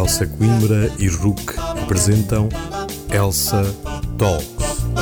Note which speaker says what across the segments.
Speaker 1: Elsa Coimbra e RUC apresentam Elsa Talks.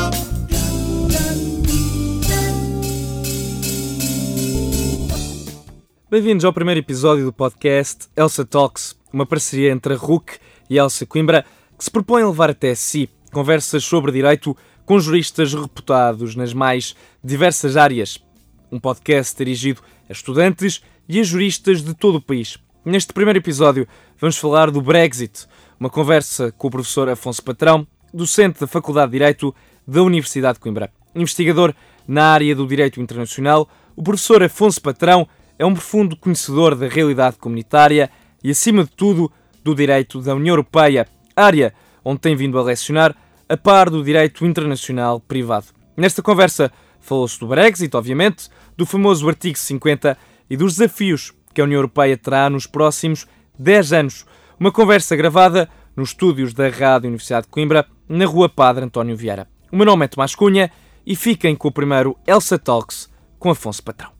Speaker 2: Bem-vindos ao primeiro episódio do podcast Elsa Talks, uma parceria entre a RUC e Elsa Coimbra, que se propõe a levar até si conversas sobre direito com juristas reputados nas mais diversas áreas. Um podcast dirigido a estudantes e a juristas de todo o país. Neste primeiro episódio vamos falar do Brexit, uma conversa com o professor Afonso Patrão, docente da Faculdade de Direito da Universidade de Coimbra. Investigador na área do direito internacional, o professor Afonso Patrão é um profundo conhecedor da realidade comunitária e, acima de tudo, do direito da União Europeia, área onde tem vindo a lecionar a par do direito internacional privado. Nesta conversa falou-se do Brexit, obviamente, do famoso artigo 50 e dos desafios que a União Europeia terá nos próximos 10 anos. Uma conversa gravada nos estúdios da Rádio Universidade de Coimbra, na Rua Padre António Vieira. O meu nome é Tomás Cunha e fiquem com o primeiro Elsa Talks com Afonso Patrão.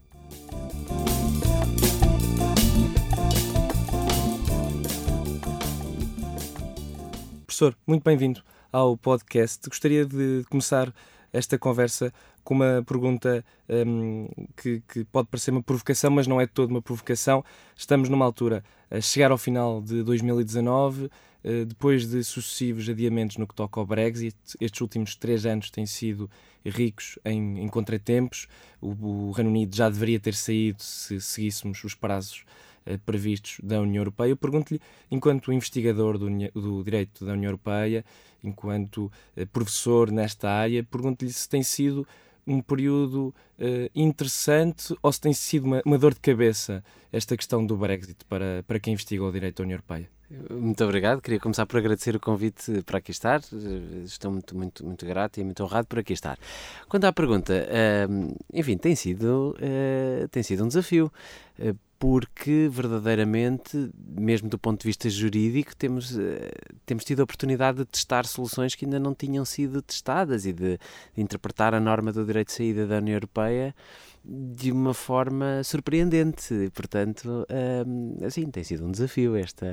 Speaker 2: Professor, muito bem-vindo ao podcast. Gostaria de começar esta conversa com uma pergunta que pode parecer uma provocação, mas não é de todo uma provocação. Estamos numa altura a chegar ao final de 2019, depois de sucessivos adiamentos no que toca ao Brexit. Estes últimos 3 anos têm sido ricos em contratempos. O Reino Unido já deveria ter saído se seguíssemos os prazos previstos da União Europeia. Eu pergunto-lhe, enquanto investigador do direito da União Europeia, enquanto professor nesta área, pergunto-lhe se tem sido um período interessante ou se tem sido uma dor de cabeça esta questão do Brexit para quem investiga o direito da União Europeia.
Speaker 3: Muito obrigado. Queria começar por agradecer o convite para aqui estar. Estou muito grato e muito honrado por aqui estar. Quanto à pergunta, enfim, tem sido um desafio, porque verdadeiramente, mesmo do ponto de vista jurídico, temos tido a oportunidade de testar soluções que ainda não tinham sido testadas e de interpretar a norma do direito de saída da União Europeia de uma forma surpreendente. Portanto, assim, tem sido um desafio esta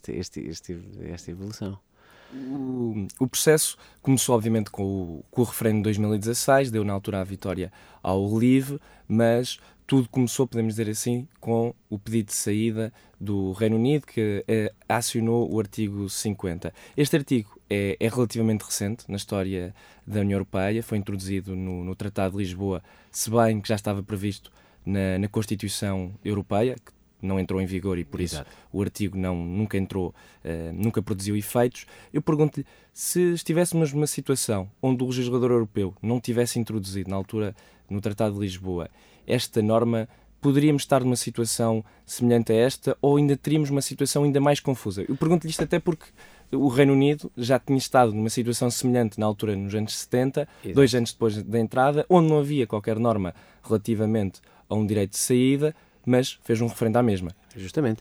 Speaker 3: evolução.
Speaker 2: O processo começou, obviamente, com o referendo de 2016, deu na altura a vitória ao Leave, mas tudo começou, podemos dizer assim, com o pedido de saída do Reino Unido, que acionou o artigo 50. Este artigo é relativamente recente na história da União Europeia, foi introduzido no Tratado de Lisboa, se bem que já estava previsto na Constituição Europeia, que não entrou em vigor e por isso o artigo nunca produziu efeitos. Eu pergunto-lhe, se estivéssemos numa situação onde o legislador europeu não tivesse introduzido na altura no Tratado de Lisboa esta norma, poderíamos estar numa situação semelhante a esta ou ainda teríamos uma situação ainda mais confusa? Eu pergunto-lhe isto até porque o Reino Unido já tinha estado numa situação semelhante na altura, nos anos 70, 2 anos depois da entrada, onde não havia qualquer norma relativamente a um direito de saída, mas fez um referendo à mesma.
Speaker 3: Justamente.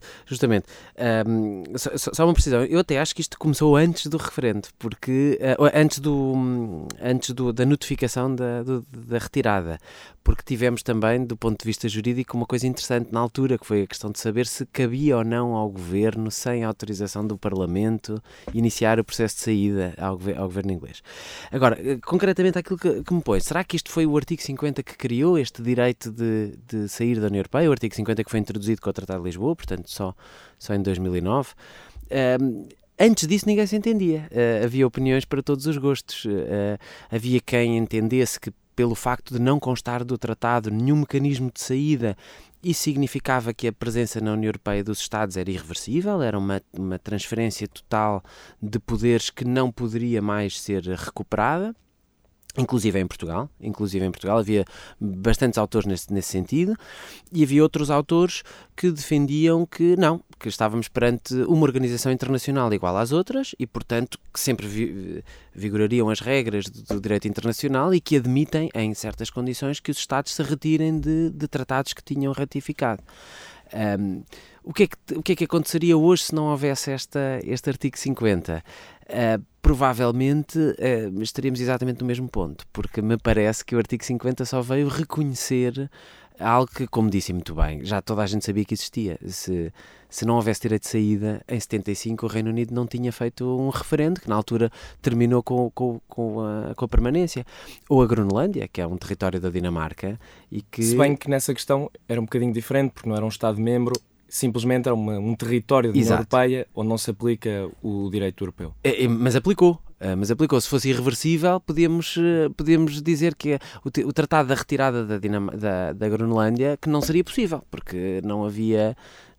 Speaker 3: Só uma precisão. Eu até acho que isto começou antes do referendo, porque antes da notificação da retirada, porque tivemos também, do ponto de vista jurídico, uma coisa interessante na altura, que foi a questão de saber se cabia ou não ao Governo, sem autorização do Parlamento, iniciar o processo de saída ao Governo inglês. Agora, concretamente aquilo que me põe, será que isto foi o artigo 50 que criou este direito de sair da União Europeia, o artigo 50 que foi introduzido com o Tratado de Lisboa, portanto só em 2009. Antes disso ninguém se entendia, havia opiniões para todos os gostos, havia quem entendesse que pelo facto de não constar do tratado nenhum mecanismo de saída, isso significava que a presença na União Europeia dos Estados era irreversível, era uma transferência total de poderes que não poderia mais ser recuperada. Inclusive em Portugal havia bastantes autores nesse sentido, e havia outros autores que defendiam que não, que estávamos perante uma organização internacional igual às outras e, portanto, que sempre vigorariam as regras do direito internacional e que admitem, em certas condições, que os Estados se retirem de tratados que tinham ratificado. O que é que aconteceria hoje se não houvesse este artigo 50? Provavelmente estaríamos exatamente no mesmo ponto, porque me parece que o artigo 50 só veio reconhecer algo que, como disse muito bem, já toda a gente sabia que existia. Se não houvesse direito de saída, em 75 o Reino Unido não tinha feito um referendo, que na altura terminou com a permanência. Ou a Groenlândia, que é um território da Dinamarca. E que...
Speaker 2: Se bem que nessa questão era um bocadinho diferente, porque não era um Estado-membro, simplesmente era um território da União Europeia onde não se aplica o direito europeu.
Speaker 3: Mas aplicou. Se fosse irreversível, podíamos dizer que o tratado da retirada da Groenlândia que não seria possível, porque não havia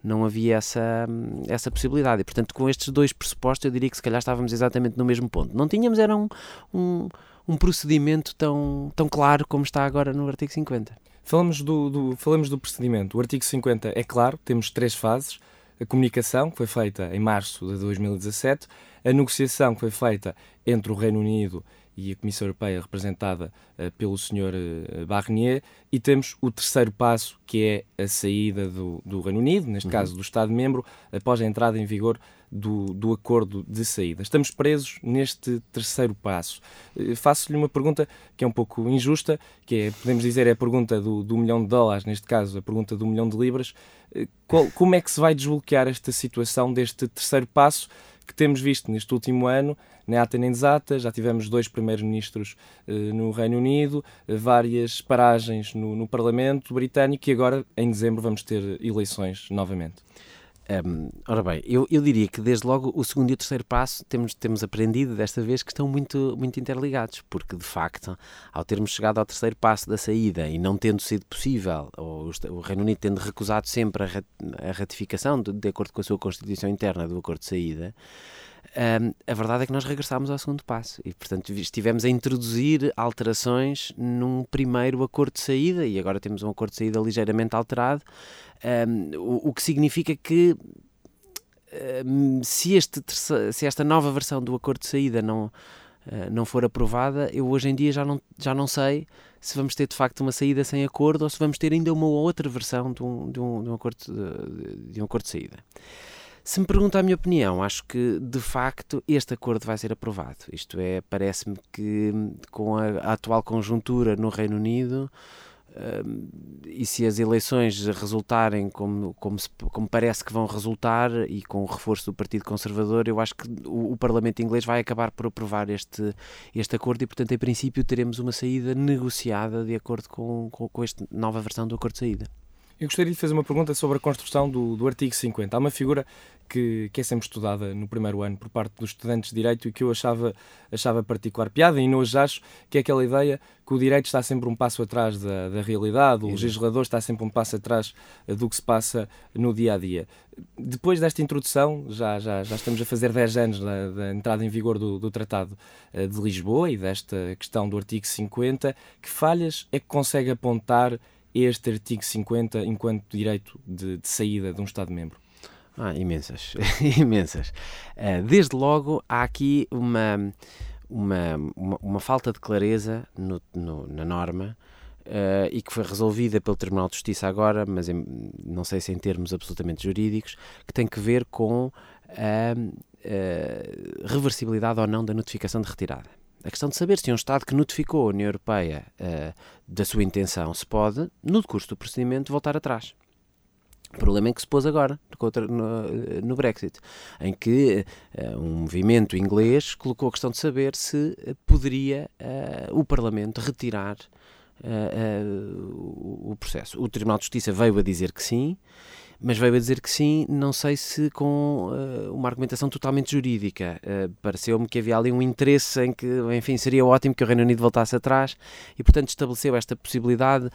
Speaker 3: essa possibilidade. E, portanto, com estes dois pressupostos, eu diria que se calhar estávamos exatamente no mesmo ponto. Não tínhamos, era um procedimento tão claro como está agora no artigo 50.
Speaker 2: Falamos do procedimento. O artigo 50 é claro, temos 3 fases. A comunicação, que foi feita em março de 2017, a negociação, que foi feita entre o Reino Unido e a Comissão Europeia, representada pelo Sr. Barnier, e temos o terceiro passo, que é a saída do Reino Unido, neste caso do Estado-membro, após a entrada em vigor do acordo de saída. Estamos presos neste terceiro passo. Faço-lhe uma pergunta que é um pouco injusta, que é, podemos dizer, é a pergunta do $1 milhão, neste caso, a pergunta do $1 milhão de libras. Como é que se vai desbloquear esta situação deste terceiro passo que temos visto neste último ano, nem ata nem desata? Já tivemos 2 primeiros-ministros no Reino Unido, várias paragens no Parlamento britânico e agora, em dezembro, vamos ter eleições novamente.
Speaker 3: Ora bem, eu diria que desde logo o segundo e o terceiro passo temos aprendido desta vez que estão muito, muito interligados, porque de facto, ao termos chegado ao terceiro passo da saída e não tendo sido possível, ou o Reino Unido tendo recusado sempre a ratificação, de acordo com a sua Constituição interna do acordo de saída, a verdade é que nós regressámos ao segundo passo e, portanto, estivemos a introduzir alterações num primeiro acordo de saída e agora temos um acordo de saída ligeiramente alterado, o que significa que se esta nova versão do acordo de saída não for aprovada, eu hoje em dia já não sei se vamos ter de facto uma saída sem acordo ou se vamos ter ainda uma outra versão de um acordo de saída. Se me pergunta a minha opinião, acho que, de facto, este acordo vai ser aprovado. Isto é, parece-me que, com a atual conjuntura no Reino Unido, e se as eleições resultarem como parece que vão resultar, e com o reforço do Partido Conservador, eu acho que o Parlamento inglês vai acabar por aprovar este acordo e, portanto, em princípio, teremos uma saída negociada de acordo com esta nova versão do acordo de saída.
Speaker 2: Eu gostaria de fazer uma pergunta sobre a construção do artigo 50. Há uma figura que é sempre estudada no primeiro ano por parte dos estudantes de Direito e que eu achava particular piada e hoje acho que é aquela ideia que o Direito está sempre um passo atrás da realidade, o legislador está sempre um passo atrás do que se passa no dia-a-dia. Depois desta introdução, já estamos a fazer 10 anos da entrada em vigor do Tratado de Lisboa e desta questão do artigo 50, que falhas é que consegue apontar este artigo 50 enquanto direito de saída de um Estado-membro?
Speaker 3: Imensas. Desde logo, há aqui uma falta de clareza na norma e que foi resolvida pelo Tribunal de Justiça agora, mas não sei se em termos absolutamente jurídicos, que tem que ver com a reversibilidade ou não da notificação de retirada. A questão de saber se um Estado que notificou a União Europeia da sua intenção se pode, no decurso do procedimento, voltar atrás. O problema é que se pôs agora, no Brexit, em que um movimento inglês colocou a questão de saber se poderia o Parlamento retirar o processo. O Tribunal de Justiça veio a dizer que sim, mas veio a dizer que sim, não sei se com uma argumentação totalmente jurídica. Pareceu-me que havia ali um interesse em que, enfim, seria ótimo que o Reino Unido voltasse atrás e, portanto, estabeleceu esta possibilidade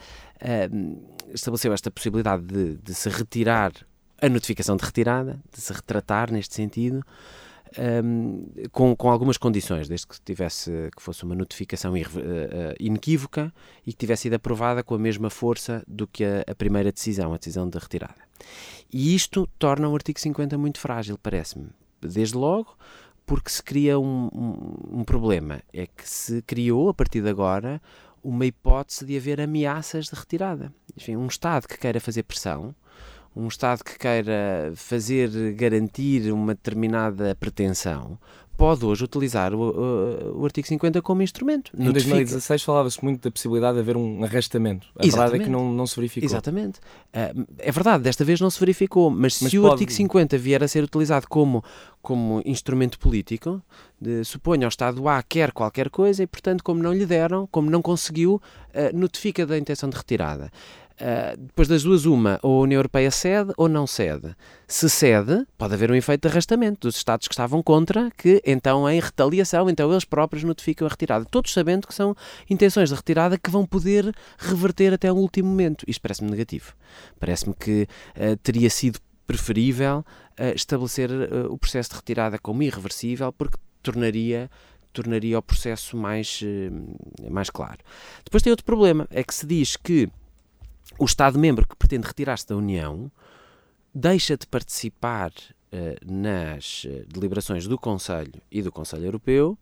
Speaker 3: de se retirar a notificação de retirada, de se retratar neste sentido, com algumas condições, desde que fosse uma notificação inequívoca e que tivesse sido aprovada com a mesma força do que a primeira decisão, a decisão de retirada. E isto torna o artigo 50 muito frágil, parece-me. Desde logo, porque se cria um problema. É que se criou, a partir de agora, uma hipótese de haver ameaças de retirada. Enfim, um Estado que queira fazer pressão, um Estado que queira garantir uma determinada pretensão, pode hoje utilizar o artigo 50 como instrumento.
Speaker 2: Em 2016 falava-se muito da possibilidade de haver um arrastamento. A verdade é que não se verificou.
Speaker 3: Exatamente. É verdade, desta vez não se verificou, mas se o artigo 50 vier a ser utilizado como instrumento político, suponha o Estado A quer qualquer coisa e, portanto, como não lhe deram, como não conseguiu, notifica da intenção de retirada. Depois das duas, uma, ou a União Europeia cede ou não cede. Se cede, pode haver um efeito de arrastamento dos Estados que estavam contra, que então, em retaliação, então eles próprios notificam a retirada. Todos sabendo que são intenções de retirada que vão poder reverter até o último momento. Isto parece-me negativo. Parece-me que teria sido preferível estabelecer o processo de retirada como irreversível, porque tornaria o processo mais claro. Depois tem outro problema, é que se diz que o Estado-membro que pretende retirar-se da União deixa de participar nas deliberações do Conselho e do Conselho Europeu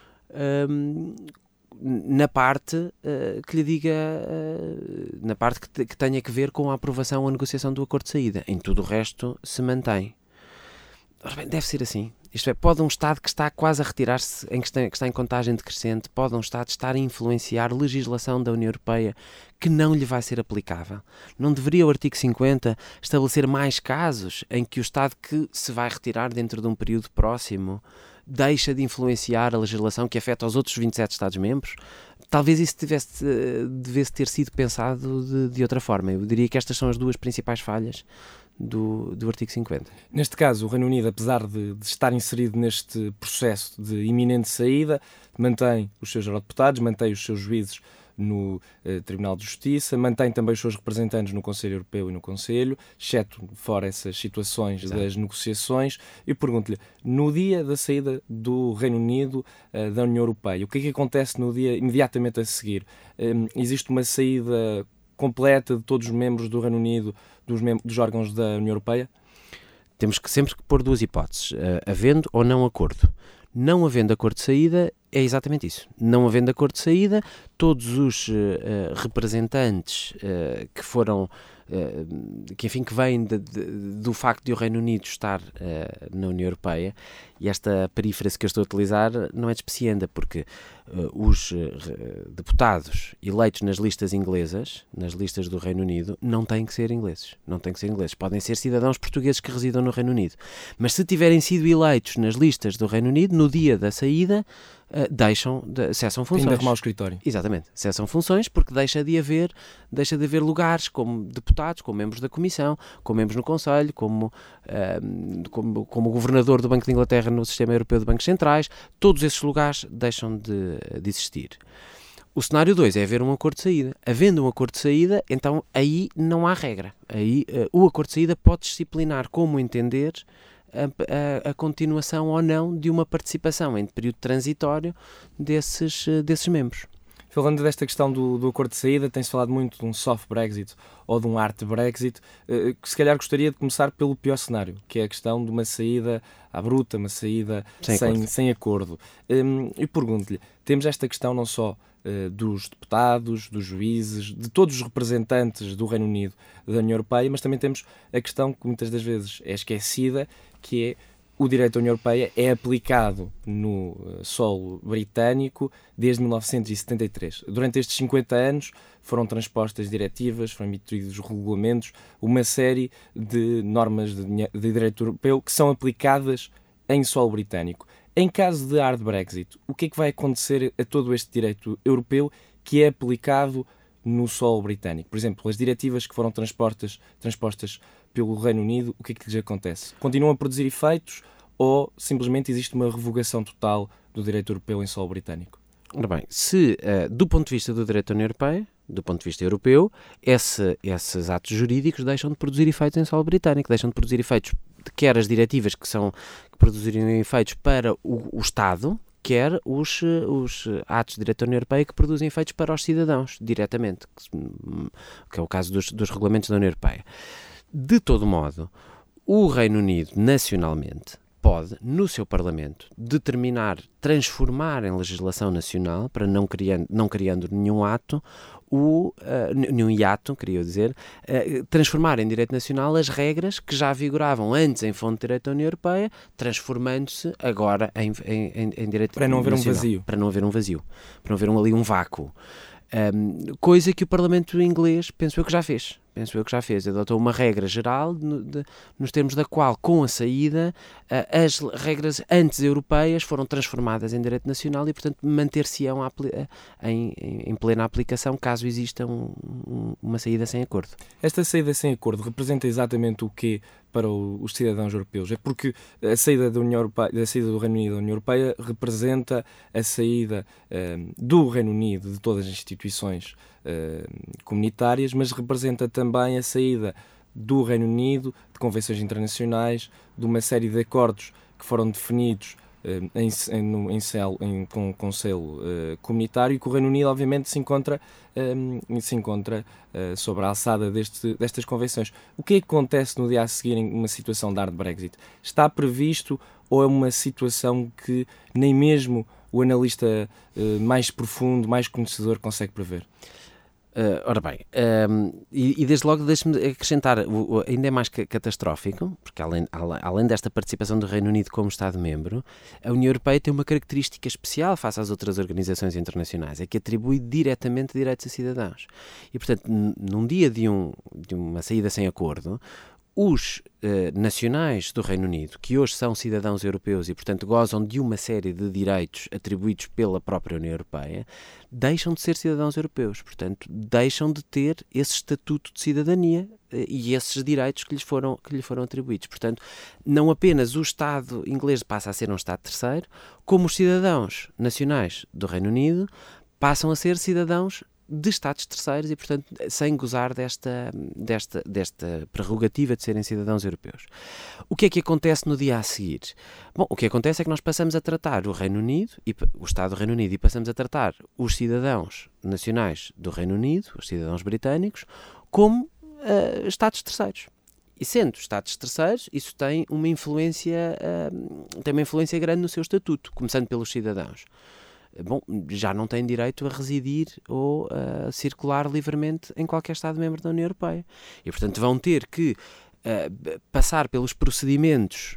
Speaker 3: na parte que lhe diga, na parte que tenha que ver com a aprovação ou a negociação do acordo de saída. Em tudo o resto se mantém. Ora bem, deve ser assim. Isto é, pode um Estado que está quase a retirar-se, que está em contagem decrescente, pode um Estado estar a influenciar legislação da União Europeia que não lhe vai ser aplicável? Não deveria o artigo 50 estabelecer mais casos em que o Estado que se vai retirar dentro de um período próximo deixa de influenciar a legislação que afeta os outros 27 Estados-membros? Talvez isso devesse ter sido pensado de outra forma. Eu diria que estas são as duas principais falhas do artigo 50.
Speaker 2: Neste caso, o Reino Unido, apesar de estar inserido neste processo de iminente saída, mantém os seus eurodeputados, mantém os seus juízes no Tribunal de Justiça, mantém também os seus representantes no Conselho Europeu e no Conselho, exceto fora essas situações das negociações. Eu pergunto-lhe, no dia da saída do Reino Unido da União Europeia, o que é que acontece no dia imediatamente a seguir? Existe uma saída completa de todos os membros do Reino Unido, dos órgãos da União Europeia?
Speaker 3: Temos que sempre pôr duas hipóteses, havendo ou não acordo. Não havendo acordo de saída, é exatamente isso. Não havendo acordo de saída, todos os representantes que foram, que vêm do facto de o Reino Unido estar na União Europeia, e esta perífrase que eu estou a utilizar não é despecienda, porque os deputados eleitos nas listas inglesas, nas listas do Reino Unido, não têm que ser ingleses. Não têm que ser ingleses. Podem ser cidadãos portugueses que residam no Reino Unido. Mas se tiverem sido eleitos nas listas do Reino Unido, no dia da saída, cessam funções.
Speaker 2: Tem de arrumar o escritório.
Speaker 3: Exatamente. Cessam funções porque deixa de haver lugares como deputados, como membros da Comissão, como membros no Conselho, como governador do Banco de Inglaterra no Sistema Europeu de Bancos Centrais. Todos esses lugares deixam de existir. O cenário 2 é haver um acordo de saída. Havendo um acordo de saída, então aí não há regra. Aí o acordo de saída pode disciplinar como entender a continuação ou não de uma participação em período transitório desses membros.
Speaker 2: Falando desta questão do acordo de saída, tem-se falado muito de um soft Brexit ou de um hard Brexit, que se calhar gostaria de começar pelo pior cenário, que é a questão de uma saída à bruta, uma saída sem acordo. Eu pergunto-lhe, temos esta questão não só dos deputados, dos juízes, de todos os representantes do Reino Unido da União Europeia, mas também temos a questão que muitas das vezes é esquecida, que é o direito da União Europeia é aplicado no solo britânico desde 1973. Durante estes 50 anos foram transpostas diretivas, foram emitidos regulamentos, uma série de normas de direito europeu que são aplicadas em solo britânico. Em caso de hard Brexit, o que é que vai acontecer a todo este direito europeu que é aplicado no solo britânico? Por exemplo, as diretivas que foram transpostas pelo Reino Unido, o que é que lhes acontece? Continuam a produzir efeitos ou simplesmente existe uma revogação total do direito europeu em solo britânico?
Speaker 3: Ora bem, se do ponto de vista do direito da União Europeia, do ponto de vista europeu, esses atos jurídicos deixam de produzir efeitos em solo britânico, deixam de produzir efeitos, quer as diretivas que produziriam efeitos para o Estado, quer os atos de direito da União Europeia que produzem efeitos para os cidadãos, diretamente, que é o caso dos regulamentos da União Europeia. De todo modo, o Reino Unido, nacionalmente, pode, no seu Parlamento, transformar em legislação nacional, para não criando nenhum ato, nenhum hiato, queria dizer, transformar em direito nacional as regras que já vigoravam antes em fonte de direito da União Europeia, transformando-se agora em direito nacional.
Speaker 2: Para não haver um vazio.
Speaker 3: Para não haver um vazio. Para não haver ali um vácuo. Coisa que o Parlamento inglês, penso eu que já fez. Adotou uma regra geral nos termos da qual, com a saída, as regras antes europeias foram transformadas em direito nacional e, portanto, manter-se-ão em plena aplicação caso exista uma saída sem acordo.
Speaker 2: Esta saída sem acordo representa exatamente o quê para os cidadãos europeus? É porque a saída da União Europeia, a saída do Reino Unido da União Europeia representa a saída do Reino Unido de todas as instituições comunitárias, mas representa também a saída do Reino Unido de convenções internacionais, de uma série de acordos que foram definidos com selo comunitário, e que o Reino Unido obviamente se encontra sobre a alçada destas convenções. O que é que acontece no dia a seguir em uma situação de hard Brexit? Está previsto ou é uma situação que nem mesmo o analista mais profundo, mais conhecedor consegue prever?
Speaker 3: Ora bem, e desde logo deixe-me acrescentar, ainda é mais catastrófico, porque além desta participação do Reino Unido como Estado-membro, a União Europeia tem uma característica especial face às outras organizações internacionais, é que atribui diretamente direitos a cidadãos. E, portanto, num dia de uma saída sem acordo, os nacionais do Reino Unido, que hoje são cidadãos europeus e, portanto, gozam de uma série de direitos atribuídos pela própria União Europeia, deixam de ser cidadãos europeus, portanto, deixam de ter esse estatuto de cidadania e esses direitos que lhes foram atribuídos. Portanto, não apenas o Estado inglês passa a ser um Estado terceiro, como os cidadãos nacionais do Reino Unido passam a ser cidadãos de Estados terceiros e, portanto, sem gozar desta prerrogativa de serem cidadãos europeus. O que é que acontece no dia a seguir? Bom, o que acontece é que nós passamos a tratar o Reino Unido, o Estado do Reino Unido, e passamos a tratar os cidadãos nacionais do Reino Unido, os cidadãos britânicos, como Estados terceiros. E sendo Estados terceiros, isso tem uma influência grande no seu estatuto, começando pelos cidadãos. Bom, já não têm direito a residir ou a circular livremente em qualquer Estado-membro da União Europeia. E, portanto, vão ter que passar pelos procedimentos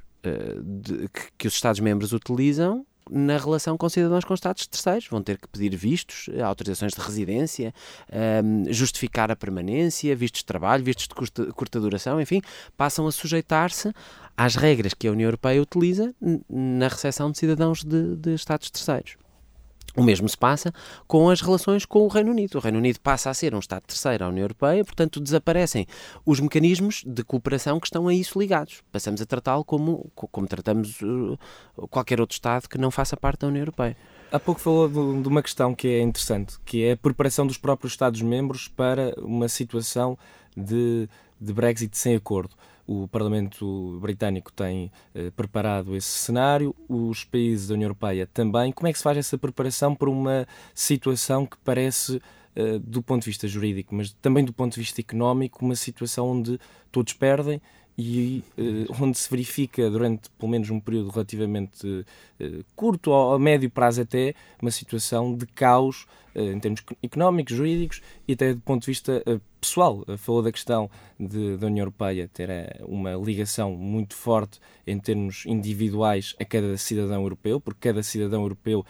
Speaker 3: que os Estados-membros utilizam na relação com cidadãos com Estados terceiros. Vão ter que pedir vistos, autorizações de residência, justificar a permanência, vistos de trabalho, vistos de curta duração, enfim, passam a sujeitar-se às regras que a União Europeia utiliza na recepção de cidadãos de Estados terceiros. O mesmo se passa com as relações com o Reino Unido. O Reino Unido passa a ser um Estado terceiro à União Europeia, portanto desaparecem os mecanismos de cooperação que estão a isso ligados. Passamos a tratá-lo como tratamos qualquer outro Estado que não faça parte da União Europeia.
Speaker 2: Há pouco falou de uma questão que é interessante, que é a preparação dos próprios Estados-membros para uma situação de Brexit sem acordo. O Parlamento Britânico tem preparado esse cenário, os países da União Europeia também. Como é que se faz essa preparação para uma situação que parece, do ponto de vista jurídico, mas também do ponto de vista económico, uma situação onde todos perdem e onde se verifica, durante pelo menos um período relativamente curto ou a médio prazo até, uma situação de caos em termos económicos, jurídicos e até do ponto de vista pessoal. Falou da questão da União Europeia ter uma ligação muito forte em termos individuais a cada cidadão europeu, porque cada cidadão europeu,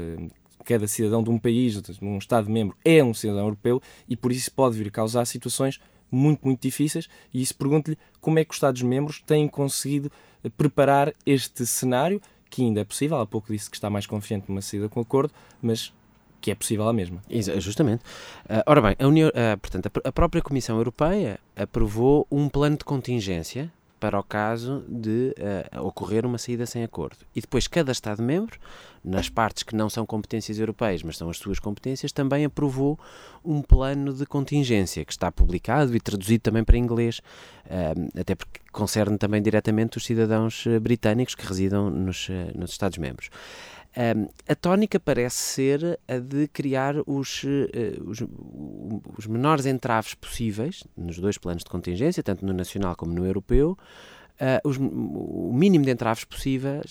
Speaker 2: cada cidadão de um país, de um Estado-membro, é um cidadão europeu e por isso pode vir a causar situações muito, muito difíceis, e isso pergunto-lhe como é que os Estados-membros têm conseguido preparar este cenário, que ainda é possível. Há pouco disse que está mais confiante numa saída com acordo, mas que é possível a mesma.
Speaker 3: Justamente. Ora bem, portanto, a própria Comissão Europeia aprovou um plano de contingência para o caso de ocorrer uma saída sem acordo. E depois cada Estado-membro, nas partes que não são competências europeias, mas são as suas competências, também aprovou um plano de contingência que está publicado e traduzido também para inglês, até porque concerne também diretamente os cidadãos britânicos que residam nos Estados-membros. A tónica parece ser a de criar os menores entraves possíveis nos dois planos de contingência, tanto no nacional como no europeu, o mínimo de entraves possível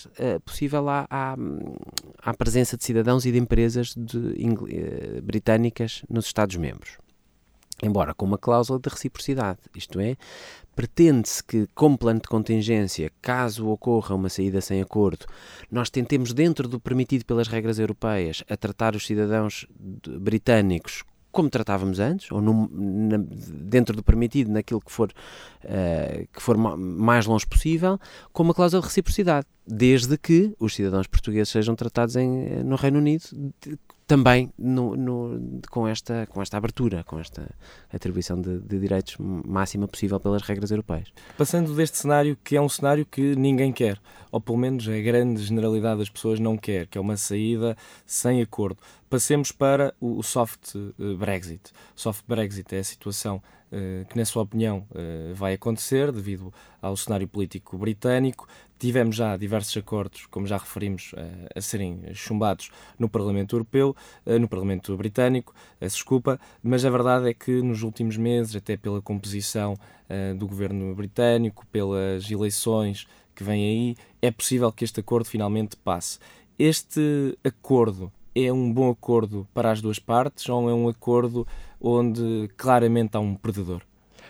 Speaker 3: à presença de cidadãos e de empresas britânicas nos Estados-membros. Embora com uma cláusula de reciprocidade, isto é, pretende-se que, como plano de contingência, caso ocorra uma saída sem acordo, nós tentemos, dentro do permitido pelas regras europeias, a tratar os cidadãos britânicos como tratávamos antes, ou dentro do permitido, naquilo que for mais longe possível, com uma cláusula de reciprocidade, desde que os cidadãos portugueses sejam tratados no Reino Unido também com esta abertura, com esta atribuição de direitos máxima possível pelas regras europeias.
Speaker 2: Passando deste cenário, que é um cenário que ninguém quer, ou pelo menos a grande generalidade das pessoas não quer, que é uma saída sem acordo, passemos para o soft Brexit. Soft Brexit é a situação que, na sua opinião, vai acontecer devido ao cenário político britânico. Tivemos já diversos acordos, como já referimos, a serem chumbados no Parlamento Europeu, no Parlamento Britânico, mas a verdade é que nos últimos meses, até pela composição do governo britânico, pelas eleições que vêm aí, é possível que este acordo finalmente passe. Este acordo é um bom acordo para as duas partes ou é um acordo onde claramente há um perdedor?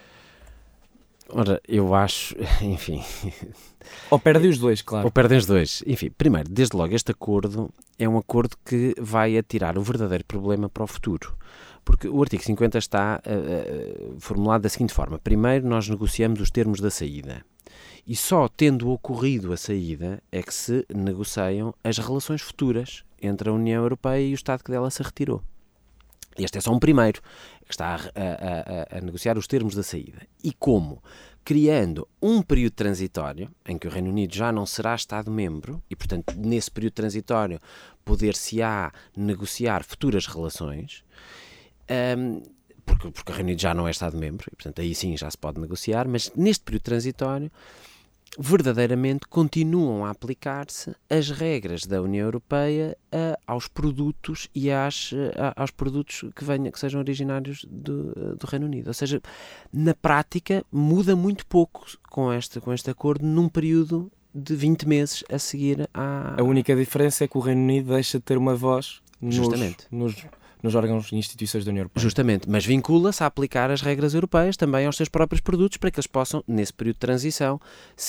Speaker 3: Ora, eu acho, enfim...
Speaker 2: Ou perdem os dois, claro.
Speaker 3: Ou perdem os dois. Enfim, primeiro, desde logo, este acordo é um acordo que vai atirar o verdadeiro problema para o futuro. Porque o artigo 50 está formulado da seguinte forma. Primeiro, nós negociamos os termos da saída. E só tendo ocorrido a saída é que se negociam as relações futuras entre a União Europeia e o Estado que dela se retirou. Este é só um primeiro, que está a negociar os termos da saída. E como? Criando um período transitório, em que o Reino Unido já não será Estado-membro, e, portanto, nesse período transitório poder-se-á negociar futuras relações, porque o Reino Unido já não é Estado-membro, e, portanto, aí sim já se pode negociar, mas neste período transitório, verdadeiramente continuam a aplicar-se as regras da União Europeia aos produtos e aos produtos que sejam originários do Reino Unido. Ou seja, na prática muda muito pouco com este acordo num período de 20 meses a seguir à...
Speaker 2: A única diferença é que o Reino Unido deixa de ter uma voz nos órgãos e instituições da União Europeia.
Speaker 3: Justamente, mas vincula-se a aplicar as regras europeias também aos seus próprios produtos para que eles possam, nesse período de transição,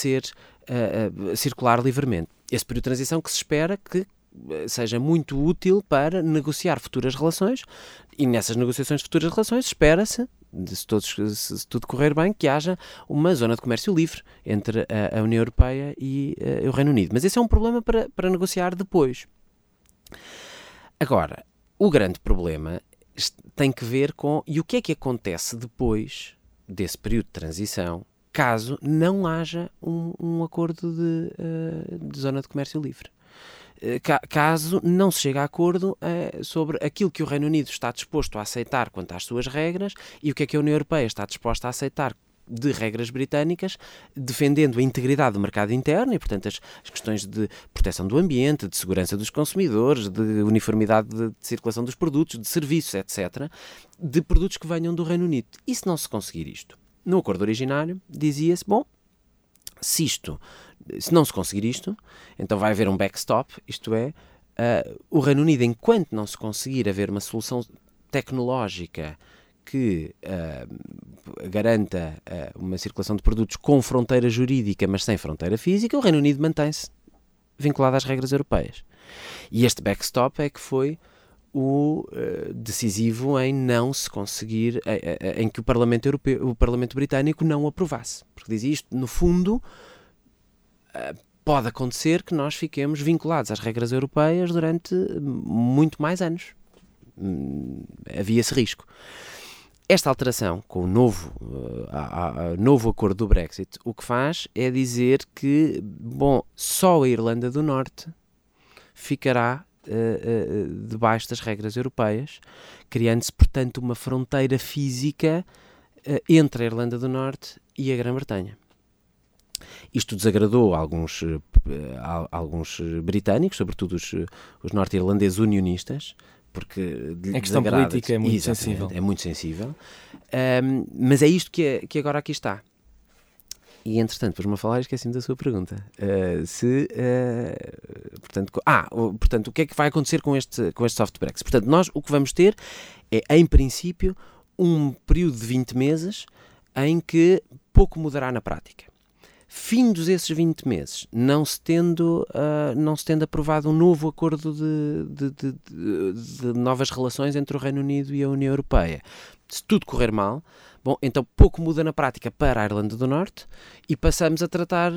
Speaker 3: circular livremente. Esse período de transição que se espera que seja muito útil para negociar futuras relações, e nessas negociações de futuras relações espera-se, se tudo correr bem, que haja uma zona de comércio livre entre a União Europeia e o Reino Unido. Mas esse é um problema para negociar depois. Agora, o grande problema tem que ver com e o que é que acontece depois desse período de transição, caso não haja um acordo de zona de comércio livre. Caso não se chegue a acordo sobre aquilo que o Reino Unido está disposto a aceitar quanto às suas regras e o que é que a União Europeia está disposta a aceitar de regras britânicas, defendendo a integridade do mercado interno e, portanto, as questões de proteção do ambiente, de segurança dos consumidores, de uniformidade de circulação dos produtos, de serviços, etc., de produtos que venham do Reino Unido. E se não se conseguir isto? No acordo originário, dizia-se, bom, se não se conseguir isto, então vai haver um backstop, isto é, o Reino Unido, enquanto não se conseguir haver uma solução tecnológica que garanta uma circulação de produtos com fronteira jurídica, mas sem fronteira física, o Reino Unido mantém-se vinculado às regras europeias. E este backstop é que foi o decisivo em não se conseguir, em que o Parlamento Britânico não aprovasse. Porque dizia isto, no fundo, pode acontecer que nós fiquemos vinculados às regras europeias durante muito mais anos. Havia esse risco. Esta alteração, com o novo acordo do Brexit, o que faz é dizer que, bom, só a Irlanda do Norte ficará debaixo das regras europeias, criando-se, portanto, uma fronteira física entre a Irlanda do Norte e a Grã-Bretanha. Isto desagradou alguns britânicos, sobretudo os norte-irlandeses unionistas, porque
Speaker 2: a questão política é muito sensível.
Speaker 3: É muito sensível. Mas é isto que agora aqui está. E entretanto, depois-me a falar e esqueci-me da sua pergunta. Portanto, o que é que vai acontecer com este soft Brexit? Portanto, nós o que vamos ter é, em princípio, um período de 20 meses em que pouco mudará na prática. Findos esses 20 meses, não se tendo aprovado um novo acordo de novas relações entre o Reino Unido e a União Europeia. Se tudo correr mal, bom, então pouco muda na prática para a Irlanda do Norte e passamos a tratar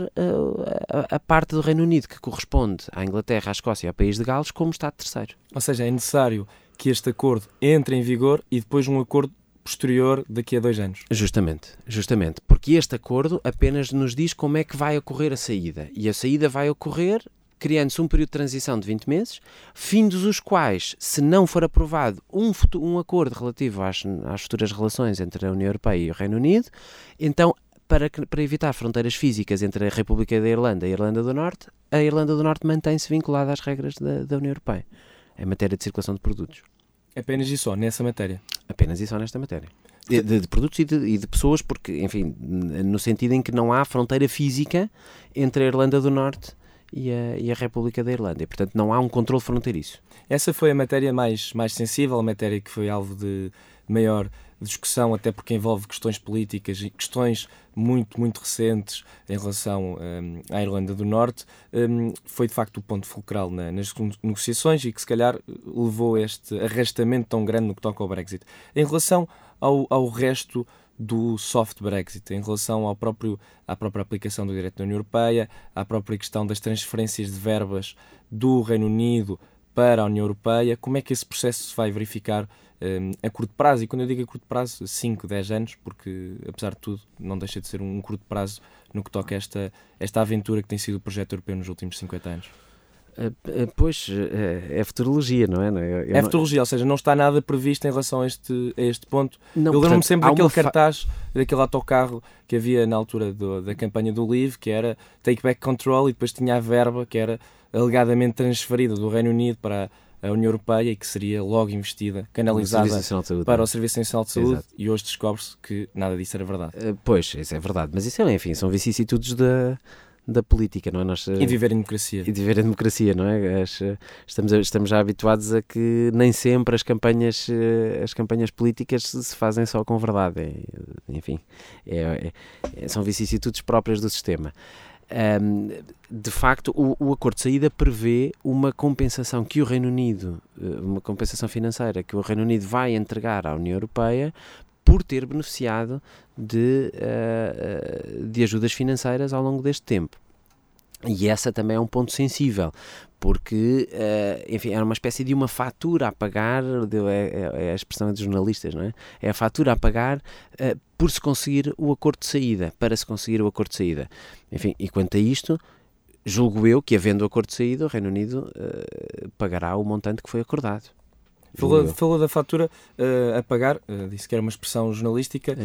Speaker 3: a parte do Reino Unido que corresponde à Inglaterra, à Escócia e ao País de Gales como Estado terceiro.
Speaker 2: Ou seja, é necessário que este acordo entre em vigor e depois um acordo posterior daqui a 2 anos.
Speaker 3: Justamente, porque este acordo apenas nos diz como é que vai ocorrer a saída. E a saída vai ocorrer criando-se um período de transição de 20 meses, findos os quais, se não for aprovado um acordo relativo às futuras relações entre a União Europeia e o Reino Unido, então, para evitar fronteiras físicas entre a República da Irlanda e a Irlanda do Norte, a Irlanda do Norte mantém-se vinculada às regras da União Europeia, em matéria de circulação de produtos.
Speaker 2: Apenas e só nessa matéria?
Speaker 3: Apenas e só nesta matéria. De produtos e de pessoas, porque, enfim, no sentido em que não há fronteira física entre a Irlanda do Norte e a República da Irlanda. E, portanto, não há um controle fronteiriço.
Speaker 2: Essa foi a matéria mais sensível, a matéria que foi alvo de maior discussão, até porque envolve questões políticas e questões muito, muito recentes em relação à Irlanda do Norte. Foi, de facto, o ponto fulcral nas negociações e que, se calhar, levou este arrastamento tão grande no que toca ao Brexit. Em relação ao resto do soft Brexit, em relação à própria aplicação do direito da União Europeia, à própria questão das transferências de verbas do Reino Unido para a União Europeia, como é que esse processo se vai verificar a curto prazo? E quando eu digo a curto prazo, 5, 10 anos, porque, apesar de tudo, não deixa de ser um curto prazo no que toca a esta aventura que tem sido o projeto europeu nos últimos 50 anos.
Speaker 3: Pois, é futurologia, não é?
Speaker 2: É futurologia, ou seja, não está nada previsto em relação a este ponto.
Speaker 3: Não,
Speaker 2: eu lembro-me sempre daquele
Speaker 3: cartaz,
Speaker 2: daquele autocarro que havia na altura da campanha do Leave, que era Take Back Control, e depois tinha a verba que era alegadamente transferida do Reino Unido para a União Europeia e que seria logo investida, canalizada para o Serviço Nacional de Saúde.
Speaker 3: Exato.
Speaker 2: E hoje descobre-se que nada disso era verdade.
Speaker 3: Pois, isso é verdade, mas isso enfim, são vicissitudes da política, não é?
Speaker 2: E de viver em democracia.
Speaker 3: E de viver em democracia, não é? Estamos já habituados a que nem sempre as campanhas políticas se fazem só com verdade. Enfim, são vicissitudes próprias do sistema. De facto, o acordo de saída prevê uma compensação que o Reino Unido, uma compensação financeira que o Reino Unido vai entregar à União Europeia por ter beneficiado de ajudas financeiras ao longo deste tempo. E essa também é um ponto sensível, porque, enfim, era uma espécie de uma fatura a pagar, é a expressão dos jornalistas, não é? É a fatura a pagar por se conseguir o acordo de saída, para se conseguir o acordo de saída. Enfim, e quanto a isto, julgo eu que, havendo o acordo de saída, o Reino Unido pagará o montante que foi acordado.
Speaker 2: Falou da fatura a pagar, disse que era uma expressão jornalística.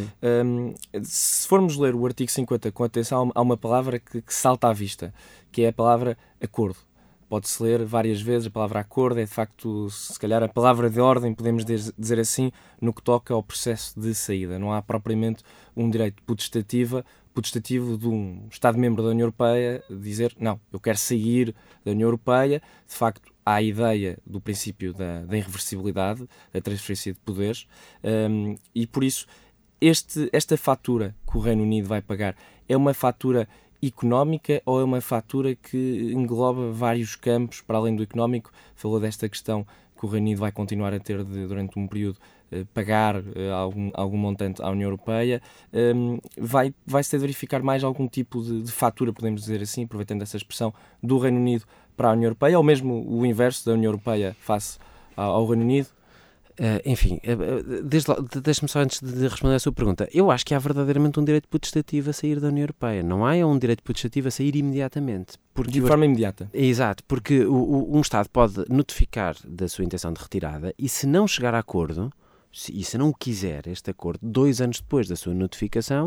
Speaker 2: Se formos ler o artigo 50 com atenção, há uma palavra que salta à vista, que é a palavra acordo. Pode-se ler várias vezes, a palavra acordo é de facto, se calhar, a palavra de ordem, podemos dizer assim, no que toca ao processo de saída. Não há propriamente um direito putestativo de um Estado-membro da União Europeia dizer, não, eu quero sair da União Europeia. De facto, há a ideia do princípio da irreversibilidade, da transferência de poderes, e por isso esta fatura que o Reino Unido vai pagar é uma fatura económica ou é uma fatura que engloba vários campos para além do económico? Falou desta questão que o Reino Unido vai continuar a ter durante um período pagar algum montante à União Europeia. Vai-se ter de verificar mais algum tipo de fatura, podemos dizer assim, aproveitando essa expressão, do Reino Unido para a União Europeia, ou mesmo o inverso da União Europeia face ao Reino Unido?
Speaker 3: Enfim, deixe-me só, antes de responder à sua pergunta, eu acho que há verdadeiramente um direito putestativo a sair da União Europeia. Não há um direito putestativo a sair imediatamente.
Speaker 2: De forma imediata.
Speaker 3: Exato, porque um Estado pode notificar da sua intenção de retirada e, se não chegar a acordo, e se não quiser este acordo 2 anos depois da sua notificação,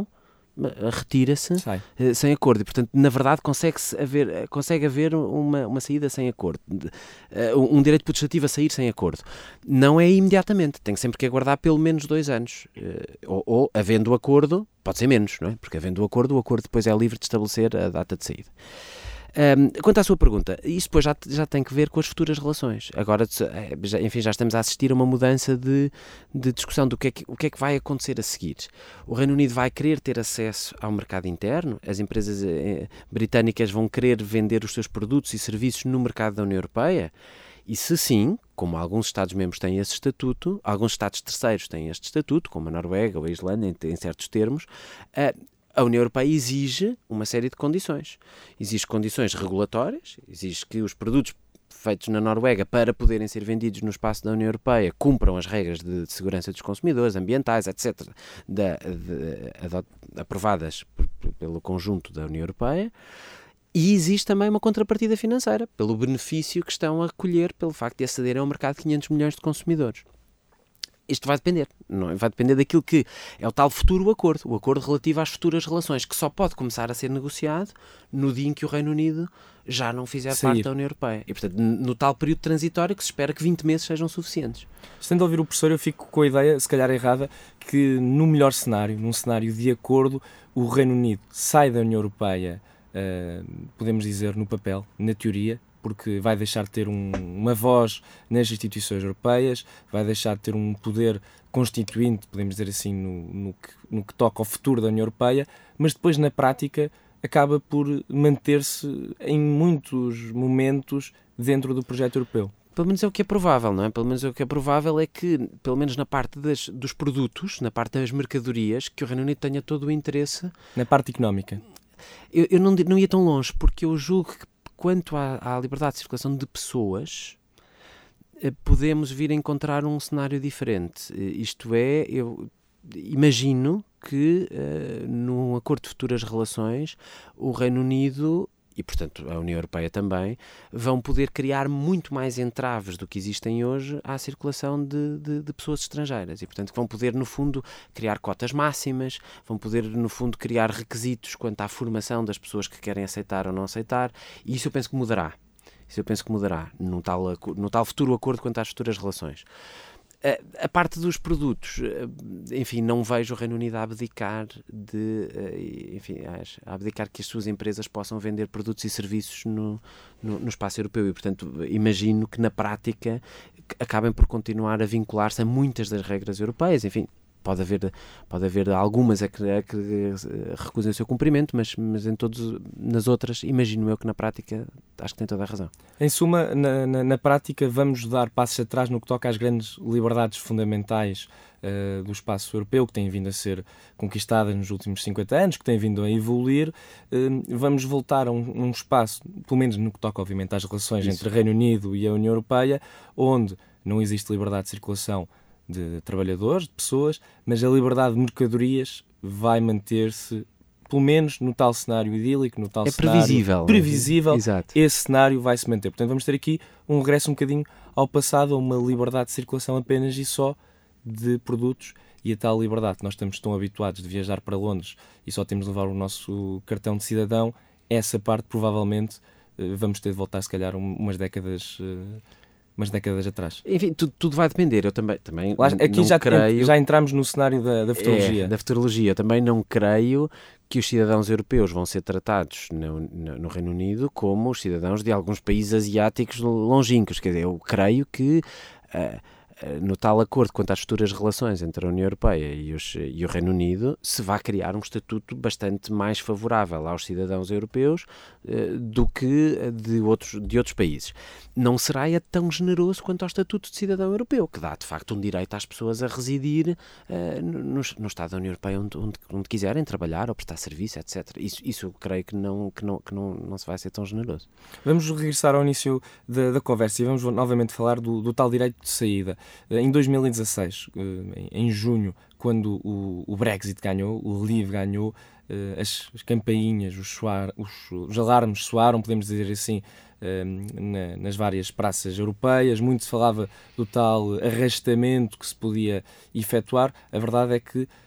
Speaker 3: retira-se sem acordo. E, portanto, na verdade, consegue haver uma saída sem acordo. Um direito putestativo a sair sem acordo. Não é imediatamente. Tem sempre que aguardar pelo menos 2 anos. Ou havendo acordo, pode ser menos, não é? Porque havendo acordo, o acordo depois é livre de estabelecer a data de saída. Quanto à sua pergunta, isso depois já tem que ver com as futuras relações. Agora, enfim, já estamos a assistir a uma mudança de discussão do que é que vai acontecer a seguir. O Reino Unido vai querer ter acesso ao mercado interno, as empresas britânicas vão querer vender os seus produtos e serviços no mercado da União Europeia, e se sim, como alguns Estados-membros têm esse estatuto, alguns Estados terceiros têm este estatuto, como a Noruega ou a Islândia, em certos termos, a União Europeia exige uma série de condições. Exige condições regulatórias, exige que os produtos feitos na Noruega para poderem ser vendidos no espaço da União Europeia cumpram as regras de segurança dos consumidores, ambientais, etc., aprovadas pelo conjunto da União Europeia. E existe também uma contrapartida financeira, pelo benefício que estão a colher pelo facto de acederem ao mercado de 500 milhões de consumidores. Isto vai depender, não é? Vai depender daquilo que é o tal futuro acordo, o acordo relativo às futuras relações, que só pode começar a ser negociado no dia em que o Reino Unido já não fizer parte da União Europeia. E, portanto, no tal período transitório que se espera que 20 meses sejam suficientes.
Speaker 2: Estando a ouvir o professor, eu fico com a ideia, se calhar errada, que no melhor cenário, num cenário de acordo, o Reino Unido sai da União Europeia, podemos dizer, no papel, na teoria, porque vai deixar de ter uma voz nas instituições europeias, vai deixar de ter um poder constituinte, podemos dizer assim, no que toca ao futuro da União Europeia, mas depois, na prática, acaba por manter-se em muitos momentos dentro do projeto europeu.
Speaker 3: Pelo menos é o que é provável, não é? Pelo menos o que é provável é que, pelo menos na parte dos produtos, na parte das mercadorias, que o Reino Unido tenha todo o interesse...
Speaker 2: Na parte económica.
Speaker 3: Eu não ia tão longe, porque eu julgo que quanto à liberdade de circulação de pessoas, podemos vir a encontrar um cenário diferente. Isto é, eu imagino que num acordo de futuras relações, o Reino Unido e, portanto, a União Europeia também, vão poder criar muito mais entraves do que existem hoje à circulação de pessoas estrangeiras. E, portanto, vão poder, no fundo, criar cotas máximas, vão poder, no fundo, criar requisitos quanto à formação das pessoas que querem aceitar ou não aceitar, e isso eu penso que mudará. No tal futuro acordo quanto às futuras relações. A parte dos produtos, enfim, não vejo o Reino Unido a abdicar que as suas empresas possam vender produtos e serviços no espaço europeu e, portanto, imagino que na prática acabem por continuar a vincular-se a muitas das regras europeias, enfim. Pode haver algumas que recusem o seu cumprimento, mas nas outras, imagino eu que na prática acho que tem toda a razão.
Speaker 2: Em suma, na prática vamos dar passos atrás no que toca às grandes liberdades fundamentais do espaço europeu, que têm vindo a ser conquistadas nos últimos 50 anos, que têm vindo a evoluir. Vamos voltar a um espaço, pelo menos no que toca obviamente às relações entre o Reino Unido e a União Europeia, onde não existe liberdade de circulação de trabalhadores, de pessoas, mas a liberdade de mercadorias vai manter-se, pelo menos no tal cenário idílico, no tal cenário previsível, esse cenário vai se manter. Portanto, vamos ter aqui um regresso um bocadinho ao passado, a uma liberdade de circulação apenas e só de produtos, e a tal liberdade que nós estamos tão habituados de viajar para Londres e só temos de levar o nosso cartão de cidadão, essa parte provavelmente vamos ter de voltar se calhar umas décadas atrás.
Speaker 3: Enfim, tudo vai depender. Eu também
Speaker 2: aqui
Speaker 3: não creio...
Speaker 2: já entramos no cenário da futurologia.
Speaker 3: Da futurologia. Eu também não creio que os cidadãos europeus vão ser tratados no Reino Unido como os cidadãos de alguns países asiáticos longínquos. Quer dizer, eu creio que no tal acordo quanto às futuras relações entre a União Europeia e o Reino Unido, se vai criar um estatuto bastante mais favorável aos cidadãos europeus do que de outros países. Não será tão generoso quanto ao estatuto de cidadão europeu, que dá de facto um direito às pessoas a residir no Estado da União Europeia onde quiserem trabalhar ou prestar serviço, etc. Isso eu creio que não se vai ser tão generoso.
Speaker 2: Vamos regressar ao início da conversa e vamos novamente falar do tal direito de saída. Em 2016, em junho, quando o Brexit ganhou, o Leave ganhou, as campainhas, os alarmes soaram, podemos dizer assim, nas várias praças europeias. Muito se falava do tal arrastamento que se podia efetuar. A verdade é que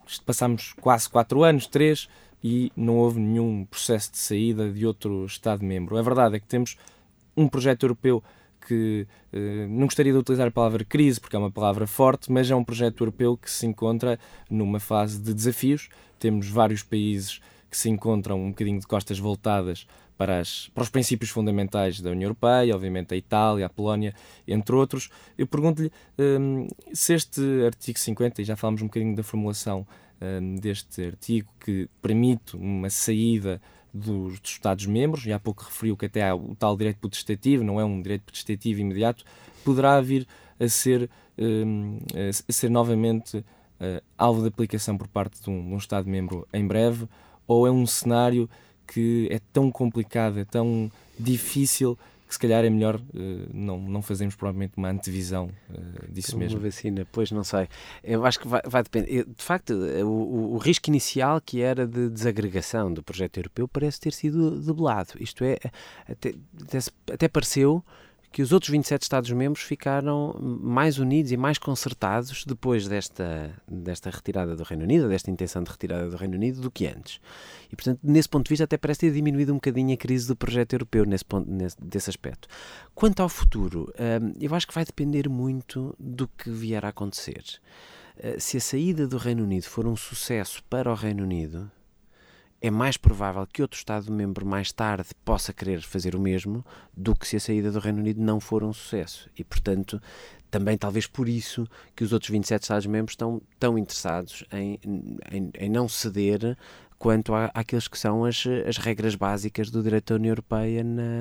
Speaker 2: passámos quase 4 anos, 3, e não houve nenhum processo de saída de outro Estado-membro. A verdade é que temos um projeto europeu que não gostaria de utilizar a palavra crise, porque é uma palavra forte, mas é um projeto europeu que se encontra numa fase de desafios. Temos vários países que se encontram um bocadinho de costas voltadas para os princípios fundamentais da União Europeia, obviamente a Itália, a Polónia, entre outros. Eu pergunto-lhe se este artigo 50, e já falámos um bocadinho da formulação deste artigo, que permite uma saída dos Estados-membros, e há pouco referiu que até há o tal direito potestativo, não é um direito potestativo imediato, poderá vir a ser novamente alvo de aplicação por parte de um Estado-membro em breve, ou é um cenário que é tão complicado, é tão difícil, que se calhar é melhor não fazermos provavelmente uma antevisão disso mesmo.
Speaker 3: Uma vacina, pois não sei. Eu acho que vai depender. De facto, o risco inicial, que era de desagregação do projeto europeu, parece ter sido debelado. Isto é, até pareceu que os outros 27 Estados-membros ficaram mais unidos e mais concertados depois desta retirada do Reino Unido, desta intenção de retirada do Reino Unido, do que antes. E, portanto, nesse ponto de vista, até parece ter diminuído um bocadinho a crise do projeto europeu desse aspecto. Quanto ao futuro, eu acho que vai depender muito do que vier a acontecer. Se a saída do Reino Unido for um sucesso para o Reino Unido, é mais provável que outro Estado-membro mais tarde possa querer fazer o mesmo do que se a saída do Reino Unido não for um sucesso. E, portanto, também talvez por isso que os outros 27 Estados-membros estão tão interessados em não ceder quanto àqueles que são as regras básicas do direito da União Europeia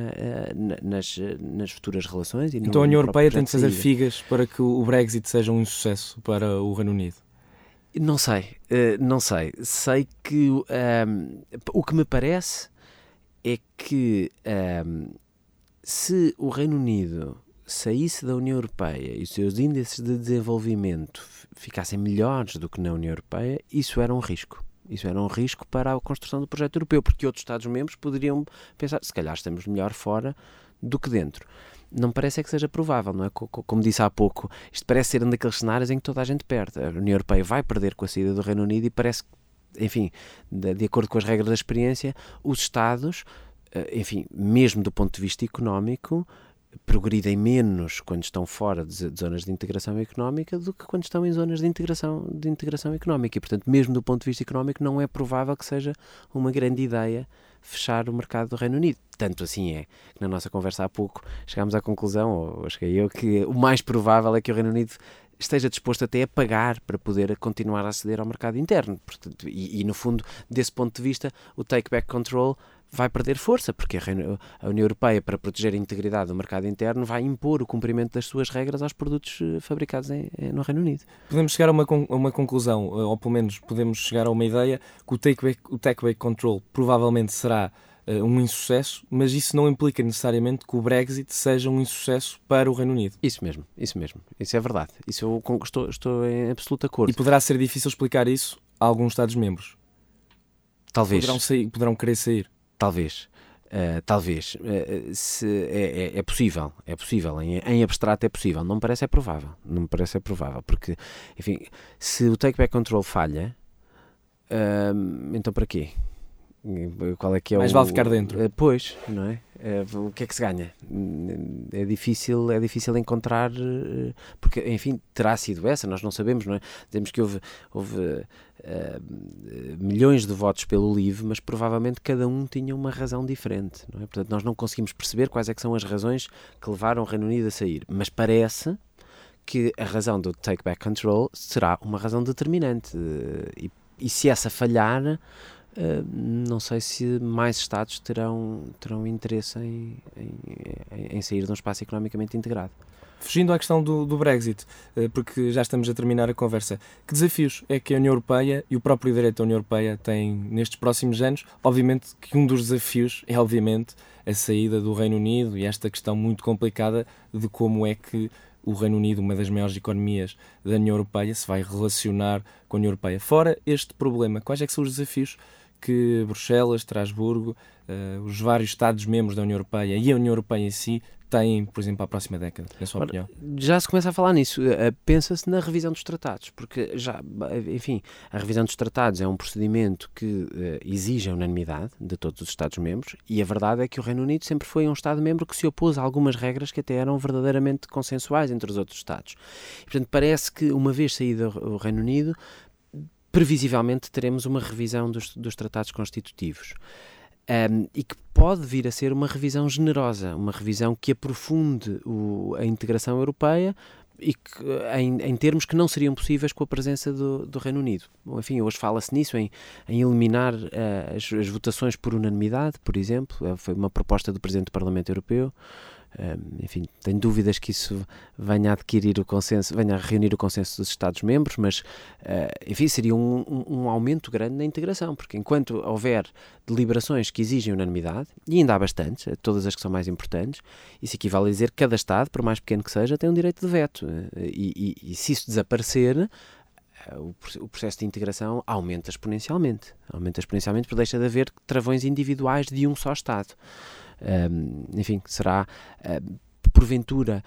Speaker 3: nas futuras relações. E
Speaker 2: então a União Europeia tem de fazer figas para que o Brexit seja um insucesso para o Reino Unido?
Speaker 3: Não sei. Sei que o que me parece é que se o Reino Unido saísse da União Europeia e os seus índices de desenvolvimento ficassem melhores do que na União Europeia, isso era um risco. Isso era um risco para a construção do projeto europeu, porque outros Estados-membros poderiam pensar, se calhar estamos melhor fora do que dentro. Não parece que seja provável, não é? Como disse há pouco, isto parece ser um daqueles cenários em que toda a gente perde. A União Europeia vai perder com a saída do Reino Unido e parece que, enfim, de acordo com as regras da experiência, os Estados, enfim, mesmo do ponto de vista económico, progridem menos quando estão fora de zonas de integração económica do que quando estão em zonas de integração económica. E, portanto, mesmo do ponto de vista económico, não é provável que seja uma grande ideia fechar o mercado do Reino Unido. Tanto assim é que na nossa conversa há pouco chegámos à conclusão, ou cheguei eu, que o mais provável é que o Reino Unido esteja disposto até a pagar para poder continuar a aceder ao mercado interno. Portanto, e no fundo, desse ponto de vista, o take-back control vai perder força, porque a União Europeia, para proteger a integridade do mercado interno, vai impor o cumprimento das suas regras aos produtos fabricados no Reino Unido.
Speaker 2: Podemos chegar a uma conclusão, ou pelo menos podemos chegar a uma ideia, que o take-back control provavelmente será um insucesso, mas isso não implica necessariamente que o Brexit seja um insucesso para o Reino Unido.
Speaker 3: Isso mesmo. Isso é verdade. Isso eu estou em absoluto acordo.
Speaker 2: E poderá ser difícil explicar isso a alguns Estados-membros?
Speaker 3: Talvez.
Speaker 2: Poderão querer sair?
Speaker 3: Talvez. É possível. Em abstrato é possível. Não me parece provável. Porque, enfim, se o take-back control falha, então para quê? Qual é que é
Speaker 2: mais vale ficar dentro.
Speaker 3: Pois, não é? O que é que se ganha? É difícil encontrar, porque, enfim, terá sido essa, nós não sabemos, não é? Dizemos que houve milhões de votos pelo Leave, mas provavelmente cada um tinha uma razão diferente, não é? Portanto, nós não conseguimos perceber quais é que são as razões que levaram o Reino Unido a sair, mas parece que a razão do take-back control será uma razão determinante, e se essa falhar, não sei se mais Estados terão interesse em sair de um espaço economicamente integrado.
Speaker 2: Fugindo à questão do Brexit, porque já estamos a terminar a conversa, que desafios é que a União Europeia e o próprio direito da União Europeia têm nestes próximos anos? Obviamente que um dos desafios é, obviamente, a saída do Reino Unido e esta questão muito complicada de como é que o Reino Unido, uma das maiores economias da União Europeia, se vai relacionar com a União Europeia. Fora este problema, quais é que são os desafios que Bruxelas, Estrasburgo, os vários Estados-membros da União Europeia e a União Europeia em si têm, por exemplo, para a próxima década, na sua opinião?
Speaker 3: Já se começa a falar nisso. Pensa-se na revisão dos tratados, porque enfim, a revisão dos tratados é um procedimento que exige a unanimidade de todos os Estados-membros, e a verdade é que o Reino Unido sempre foi um Estado-membro que se opôs a algumas regras que até eram verdadeiramente consensuais entre os outros Estados. E, portanto, parece que, uma vez saído o Reino Unido, previsivelmente teremos uma revisão dos tratados constitutivos. E que pode vir a ser uma revisão generosa, uma revisão que aprofunde a integração europeia e que, em termos que não seriam possíveis com a presença do Reino Unido. Bom, enfim, hoje fala-se nisso, em eliminar as votações por unanimidade, por exemplo. Foi uma proposta do Presidente do Parlamento Europeu. Enfim, tenho dúvidas que isso venha a adquirir o consenso, venha a reunir o consenso dos Estados-membros, mas, enfim, seria um aumento grande na integração, porque enquanto houver deliberações que exigem unanimidade, e ainda há bastantes, todas as que são mais importantes, isso equivale a dizer que cada Estado, por mais pequeno que seja, tem um direito de veto, e se isso desaparecer, o processo de integração aumenta exponencialmente, porque deixa de haver travões individuais de um só Estado. Enfim, será, porventura,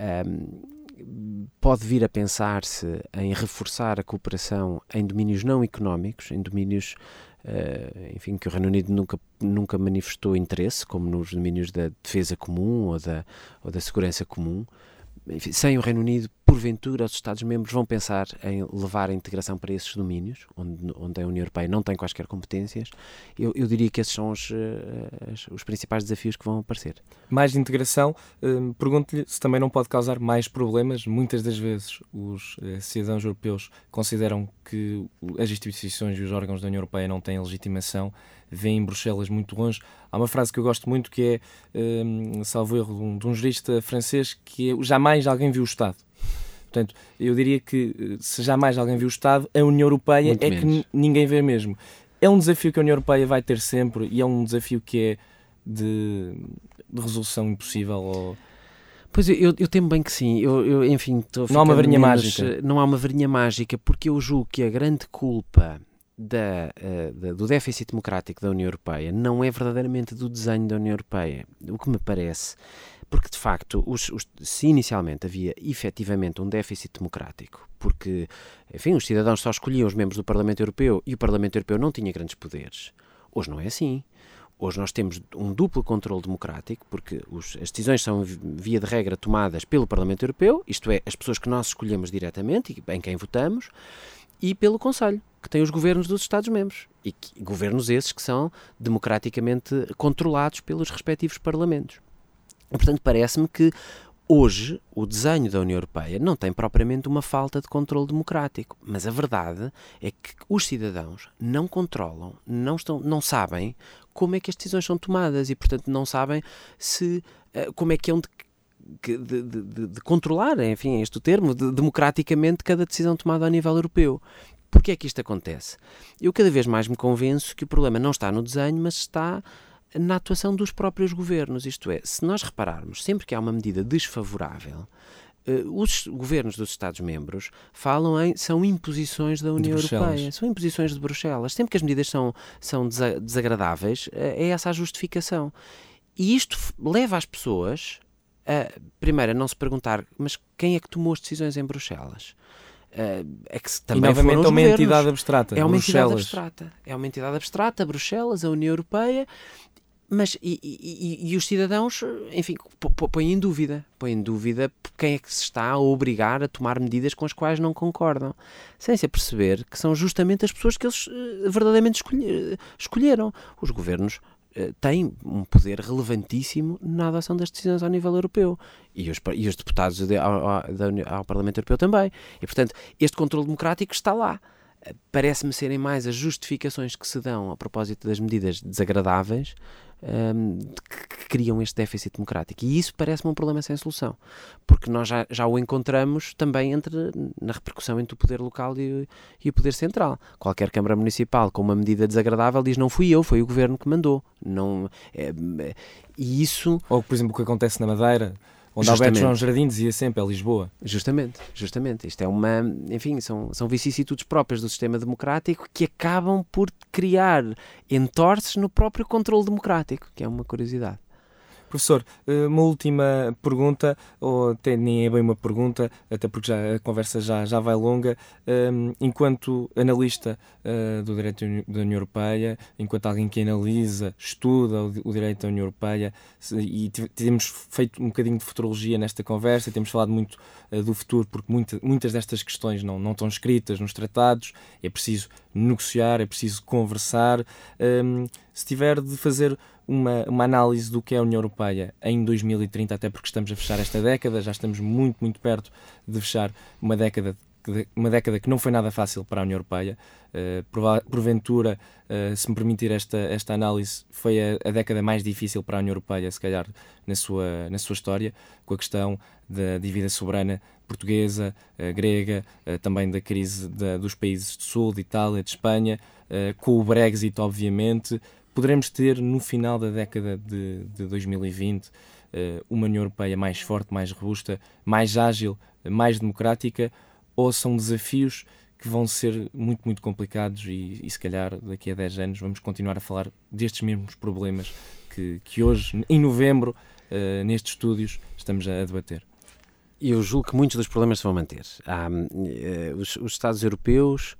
Speaker 3: pode vir a pensar-se em reforçar a cooperação em domínios não económicos, em domínios, enfim, que o Reino Unido nunca manifestou interesse, como nos domínios da defesa comum ou da segurança comum. Enfim, sem o Reino Unido, porventura, os Estados-membros vão pensar em levar a integração para esses domínios, onde a União Europeia não tem quaisquer competências. Eu diria que esses são os principais desafios que vão aparecer.
Speaker 2: Mais integração, pergunto-lhe se também não pode causar mais problemas. Muitas das vezes os cidadãos europeus consideram que as instituições e os órgãos da União Europeia não têm legitimação, veem Bruxelas muito longe. Há uma frase que eu gosto muito que é, salvo erro, de um jurista francês, que é: jamais alguém viu o Estado. Portanto, eu diria que se jamais alguém viu o Estado, a União Europeia muito é menos. Que ninguém vê mesmo. É um desafio que a União Europeia vai ter sempre, e é um desafio que é de resolução impossível. Ou...
Speaker 3: Pois eu temo bem que sim. Enfim,
Speaker 2: não há uma varinha mágica.
Speaker 3: Não há uma varinha mágica, porque eu julgo que a grande culpa do déficit democrático da União Europeia não é verdadeiramente do desenho da União Europeia. O que me parece, porque de facto, se inicialmente havia efetivamente um déficit democrático, porque, enfim, os cidadãos só escolhiam os membros do Parlamento Europeu e o Parlamento Europeu não tinha grandes poderes, hoje não é assim. Hoje nós temos um duplo controle democrático, porque as decisões são, via de regra, tomadas pelo Parlamento Europeu, isto é, as pessoas que nós escolhemos diretamente e em quem votamos, e pelo Conselho, que tem os governos dos Estados-membros, e governos esses que são democraticamente controlados pelos respectivos parlamentos. E, portanto, parece-me que hoje o desenho da União Europeia não tem propriamente uma falta de controle democrático, mas a verdade é que os cidadãos não controlam, não sabem como é que as decisões são tomadas e, portanto, não sabem como é que é de controlar, enfim, é este o termo, democraticamente cada decisão tomada a nível europeu. Porquê é que isto acontece? Eu cada vez mais me convenço que o problema não está no desenho, mas está na atuação dos próprios governos. Isto é, se nós repararmos, sempre que há uma medida desfavorável, os governos dos Estados-membros são imposições da União Europeia, são imposições de Bruxelas. Sempre que as medidas são desagradáveis, é essa a justificação. E isto leva as pessoas primeiro a não se perguntar, mas quem é que tomou as decisões em Bruxelas? É que também
Speaker 2: e novamente é uma entidade abstrata.
Speaker 3: É uma entidade abstrata. É uma entidade abstrata, Bruxelas, a União Europeia, mas e os cidadãos, enfim, põem em dúvida quem é que se está a obrigar a tomar medidas com as quais não concordam, sem se perceber que são justamente as pessoas que eles verdadeiramente escolheram. Os governos têm um poder relevantíssimo na adoção das decisões ao nível europeu e os deputados ao Parlamento Europeu também. E, portanto, este controle democrático está lá. Parece-me serem mais as justificações que se dão a propósito das medidas desagradáveis que criam este déficit democrático. E isso parece-me um problema sem solução, porque nós já o encontramos também na repercussão entre o poder local e o poder central. Qualquer Câmara Municipal com uma medida desagradável diz: não fui eu, foi o Governo que mandou. E isso...
Speaker 2: Ou, por exemplo, o que acontece na Madeira, onde Alberto João Jardim dizia sempre: é Lisboa.
Speaker 3: Justamente. Isto é enfim, são vicissitudes próprias do sistema democrático que acabam por criar entorces no próprio controle democrático, que é uma curiosidade.
Speaker 2: Professor, uma última pergunta, ou até nem é bem uma pergunta, até porque a conversa já vai longa. Enquanto analista do direito da União Europeia, enquanto alguém que analisa, estuda o direito da União Europeia, e temos feito um bocadinho de futurologia nesta conversa, temos falado muito do futuro, porque muitas destas questões não estão escritas nos tratados, é preciso negociar, é preciso conversar. Se tiver de fazer uma análise do que é a União Europeia em 2030, até porque estamos a fechar esta década, já estamos muito, muito perto de fechar uma década que não foi nada fácil para a União Europeia. Porventura, se me permitir esta análise, foi a década mais difícil para a União Europeia, se calhar, na sua história, com a questão da dívida soberana portuguesa, grega, também da crise dos países do Sul, de Itália, de Espanha, com o Brexit, obviamente. Poderemos ter, no final da década de 2020, uma União Europeia mais forte, mais robusta, mais ágil, mais democrática, ou são desafios que vão ser muito, muito complicados e se calhar daqui a 10 anos vamos continuar a falar destes mesmos problemas que hoje, em novembro, nestes estúdios, estamos a debater?
Speaker 3: Eu julgo que muitos dos problemas se vão manter. Os Estados europeus...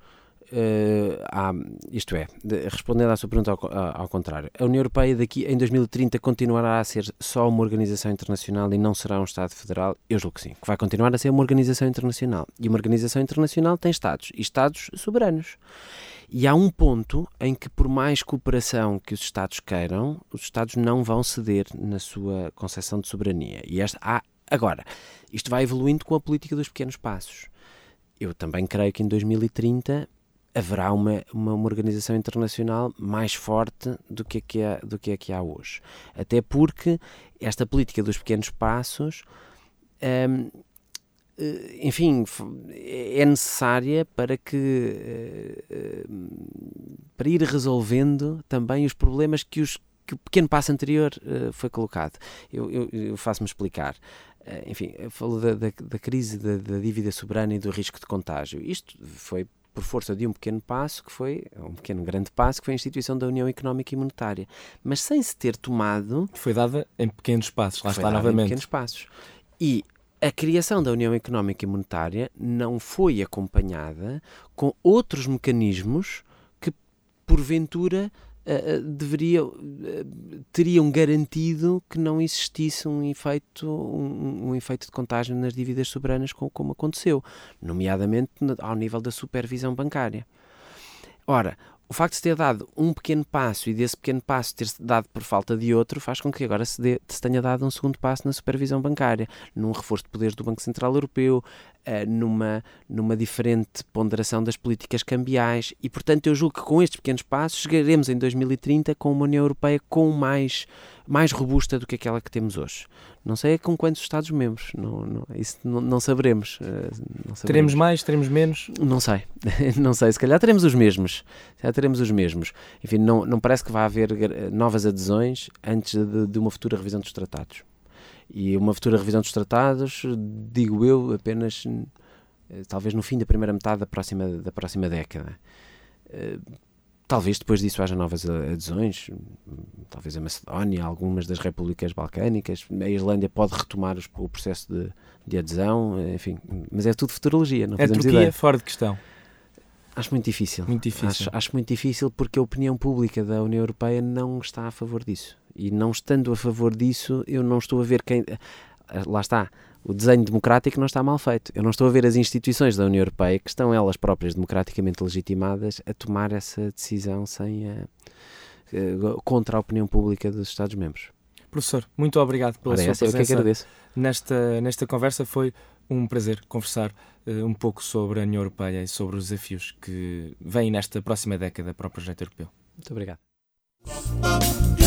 Speaker 3: respondendo à sua pergunta ao contrário, a União Europeia daqui em 2030 continuará a ser só uma organização internacional e não será um Estado federal? Eu julgo que sim, que vai continuar a ser uma organização internacional, e uma organização internacional tem Estados, e Estados soberanos, e há um ponto em que, por mais cooperação que os Estados queiram, os Estados não vão ceder na sua concepção de soberania, e agora, isto vai evoluindo com a política dos pequenos passos. Eu também creio que em 2030 haverá uma organização internacional mais forte do que a que há hoje. Até porque esta política dos pequenos passos, enfim, é necessária para ir resolvendo também os problemas que o pequeno passo anterior foi colocado. Eu faço-me explicar. Enfim, eu falo da crise da dívida soberana e do risco de contágio. Isto foi por força de um pequeno passo, grande passo, que foi a instituição da União Económica e Monetária. Mas sem se ter tomado...
Speaker 2: Foi dada em pequenos passos, lá está novamente.
Speaker 3: Em pequenos passos. E a criação da União Económica e Monetária não foi acompanhada com outros mecanismos que, porventura, teriam garantido que não existisse um efeito de contágio nas dívidas soberanas como aconteceu, nomeadamente ao nível da supervisão bancária. Ora, o facto de se ter dado um pequeno passo e desse pequeno passo ter-se dado por falta de outro faz com que agora se tenha dado um segundo passo na supervisão bancária, num reforço de poderes do Banco Central Europeu, numa diferente ponderação das políticas cambiais, e portanto eu julgo que com estes pequenos passos chegaremos em 2030 com uma União Europeia mais robusta do que aquela que temos hoje. Não sei com quantos Estados-membros, isso não saberemos.
Speaker 2: Teremos mais, teremos menos?
Speaker 3: Não sei, se calhar teremos os mesmos. Enfim, não parece que vai haver novas adesões antes de uma futura revisão dos tratados. E uma futura revisão dos tratados, digo eu, apenas talvez no fim da primeira metade da próxima década. Talvez depois disso haja novas adesões, talvez a Macedónia, algumas das repúblicas balcânicas, a Islândia pode retomar o processo de adesão, enfim, mas é tudo futurologia, não fazemos ideia.
Speaker 2: A Turquia fora de questão?
Speaker 3: Acho muito difícil.
Speaker 2: Muito difícil.
Speaker 3: Acho muito difícil porque a opinião pública da União Europeia não está a favor disso. E não estando a favor disso, eu não estou a ver quem... Lá está, o desenho democrático não está mal feito. Eu não estou a ver as instituições da União Europeia, que estão elas próprias democraticamente legitimadas, a tomar essa decisão contra a opinião pública dos Estados-membros.
Speaker 2: Professor, muito obrigado pela sua presença.
Speaker 3: Eu que agradeço.
Speaker 2: Nesta conversa. Foi um prazer conversar um pouco sobre a União Europeia e sobre os desafios que vêm nesta próxima década para o projeto europeu.
Speaker 3: Muito obrigado.